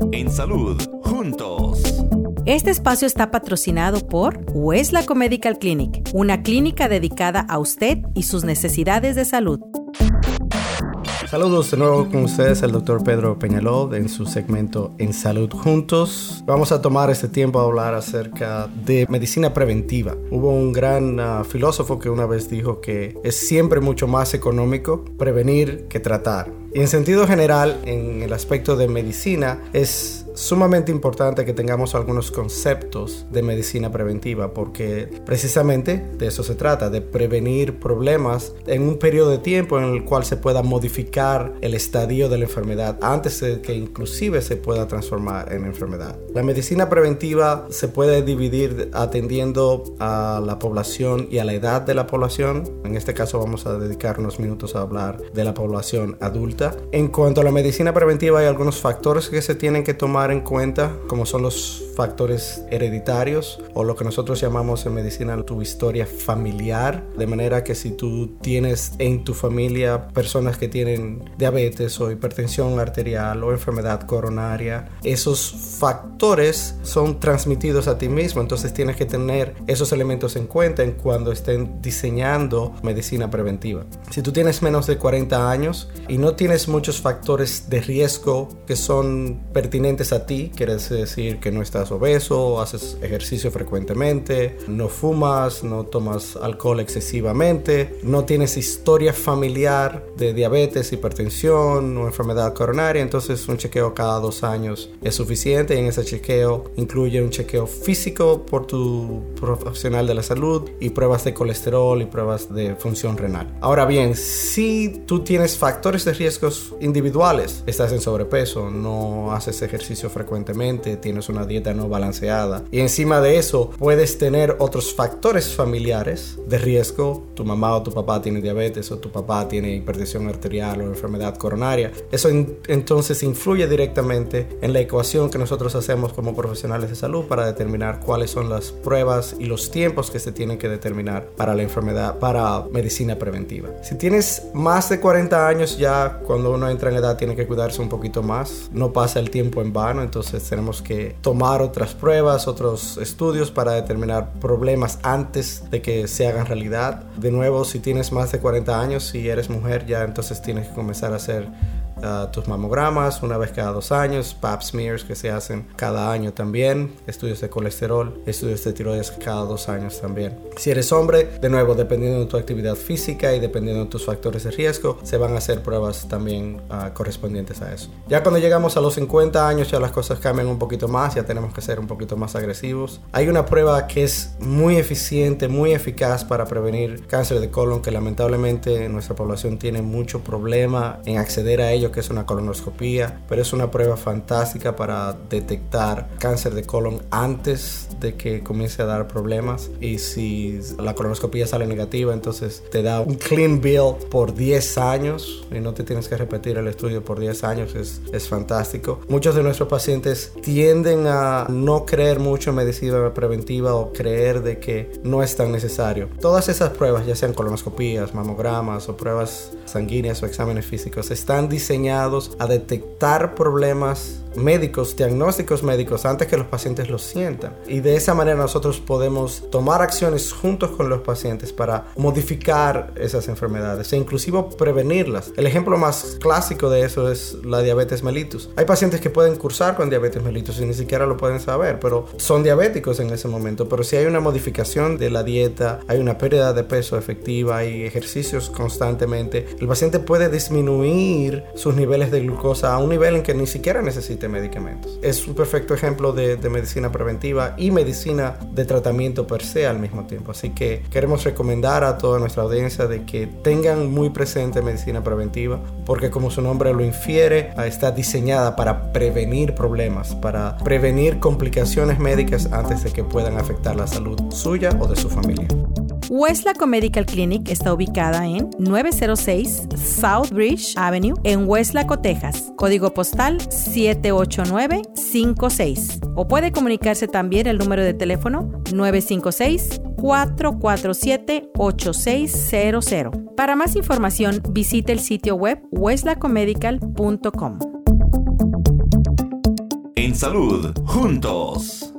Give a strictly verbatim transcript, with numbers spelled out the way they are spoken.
En salud, juntos. Este espacio está patrocinado por Westlaco Medical Clinic, una clínica dedicada a usted y sus necesidades de salud. Saludos de nuevo con ustedes, el doctor Pedro Peñaló, en su segmento En Salud Juntos. Vamos a tomar este tiempo a hablar acerca de medicina preventiva. Hubo un gran uh, filósofo que una vez dijo que es siempre mucho más económico prevenir que tratar. Y en sentido general, en el aspecto de medicina, es sumamente importante que tengamos algunos conceptos de medicina preventiva, porque precisamente de eso se trata, de prevenir problemas en un periodo de tiempo en el cual se pueda modificar el estadio de la enfermedad antes de que inclusive se pueda transformar en enfermedad. La medicina preventiva se puede dividir atendiendo a la población y a la edad de la población. En este caso vamos a dedicar unos minutos a hablar de la población adulta. En cuanto a la medicina preventiva, hay algunos factores que se tienen que tomar en cuenta, como son los factores hereditarios o lo que nosotros llamamos en medicina tu historia familiar, de manera que si tú tienes en tu familia personas que tienen diabetes o hipertensión arterial o enfermedad coronaria, esos factores son transmitidos a ti mismo, entonces tienes que tener esos elementos en cuenta en cuando estén diseñando medicina preventiva. Si tú tienes menos de cuarenta años y no tienes muchos factores de riesgo que son pertinentes a ti, quiere decir que no estás obeso, haces ejercicio frecuentemente, no fumas, no tomas alcohol excesivamente, no tienes historia familiar de diabetes, hipertensión o enfermedad coronaria, entonces un chequeo cada dos años es suficiente, y en ese chequeo incluye un chequeo físico por tu profesional de la salud y pruebas de colesterol y pruebas de función renal. Ahora bien, si tú tienes factores de riesgos individuales, estás en sobrepeso, no haces ejercicio frecuentemente, tienes una dieta no balanceada y encima de eso puedes tener otros factores familiares de riesgo, tu mamá o tu papá tiene diabetes o tu papá tiene hipertensión arterial o enfermedad coronaria, eso in- entonces influye directamente en la ecuación que nosotros hacemos como profesionales de salud para determinar cuáles son las pruebas y los tiempos que se tienen que determinar para la enfermedad, para medicina preventiva. Si tienes más de cuarenta años, ya cuando uno entra en edad tiene que cuidarse un poquito más, no pasa el tiempo en vano, entonces tenemos que tomar otras pruebas, otros estudios para determinar problemas antes de que se hagan realidad. De nuevo, si tienes más de cuarenta años, si eres mujer, ya entonces tienes que comenzar a hacer Uh, tus mamogramas una vez cada dos años, pap smears que se hacen cada año también, estudios de colesterol, estudios de tiroides cada dos años también. Si eres hombre, de nuevo, dependiendo de tu actividad física y dependiendo de tus factores de riesgo, se van a hacer pruebas también uh, correspondientes a eso. Ya cuando llegamos a los cincuenta años, ya las cosas cambian un poquito más, ya tenemos que ser un poquito más agresivos. Hay una prueba que es muy eficiente, muy eficaz para prevenir cáncer de colon, que lamentablemente nuestra población tiene mucho problema en acceder a ello, que es una colonoscopía, pero es una prueba fantástica para detectar cáncer de colon antes de que comience a dar problemas, y si la colonoscopía sale negativa, entonces te da un clean bill por diez años y no te tienes que repetir el estudio por diez años. Es, es fantástico. Muchos de nuestros pacientes tienden a no creer mucho en medicina preventiva o creer de que no es tan necesario. Todas esas pruebas, ya sean colonoscopías, mamogramas o pruebas sanguíneas o exámenes físicos, están diseñados a detectar problemas médicos, diagnósticos médicos antes que los pacientes los sientan, y de esa manera nosotros podemos tomar acciones juntos con los pacientes para modificar esas enfermedades e inclusive prevenirlas. El ejemplo más clásico de eso es la diabetes mellitus. Hay pacientes que pueden cursar con diabetes mellitus y ni siquiera lo pueden saber, pero son diabéticos en ese momento. Pero si hay una modificación de la dieta, hay una pérdida de peso efectiva, hay ejercicios constantemente, el paciente puede disminuir sus niveles de glucosa a un nivel en que ni siquiera necesita medicamentos. Es un perfecto ejemplo de, de medicina preventiva y medicina de tratamiento per se al mismo tiempo. Así que queremos recomendar a toda nuestra audiencia de que tengan muy presente medicina preventiva, porque como su nombre lo infiere, está diseñada para prevenir problemas, para prevenir complicaciones médicas antes de que puedan afectar la salud suya o de su familia. Westlaco Medical Clinic está ubicada en nueve cero seis South Bridge Avenue en Westlaco, Texas. Código postal siete ocho nueve cinco seis. O puede comunicarse también el número de teléfono nueve cinco seis cuatro cuatro siete ocho seis cero cero. Para más información, visite el sitio web westlacomedical punto com. En En salud, juntos.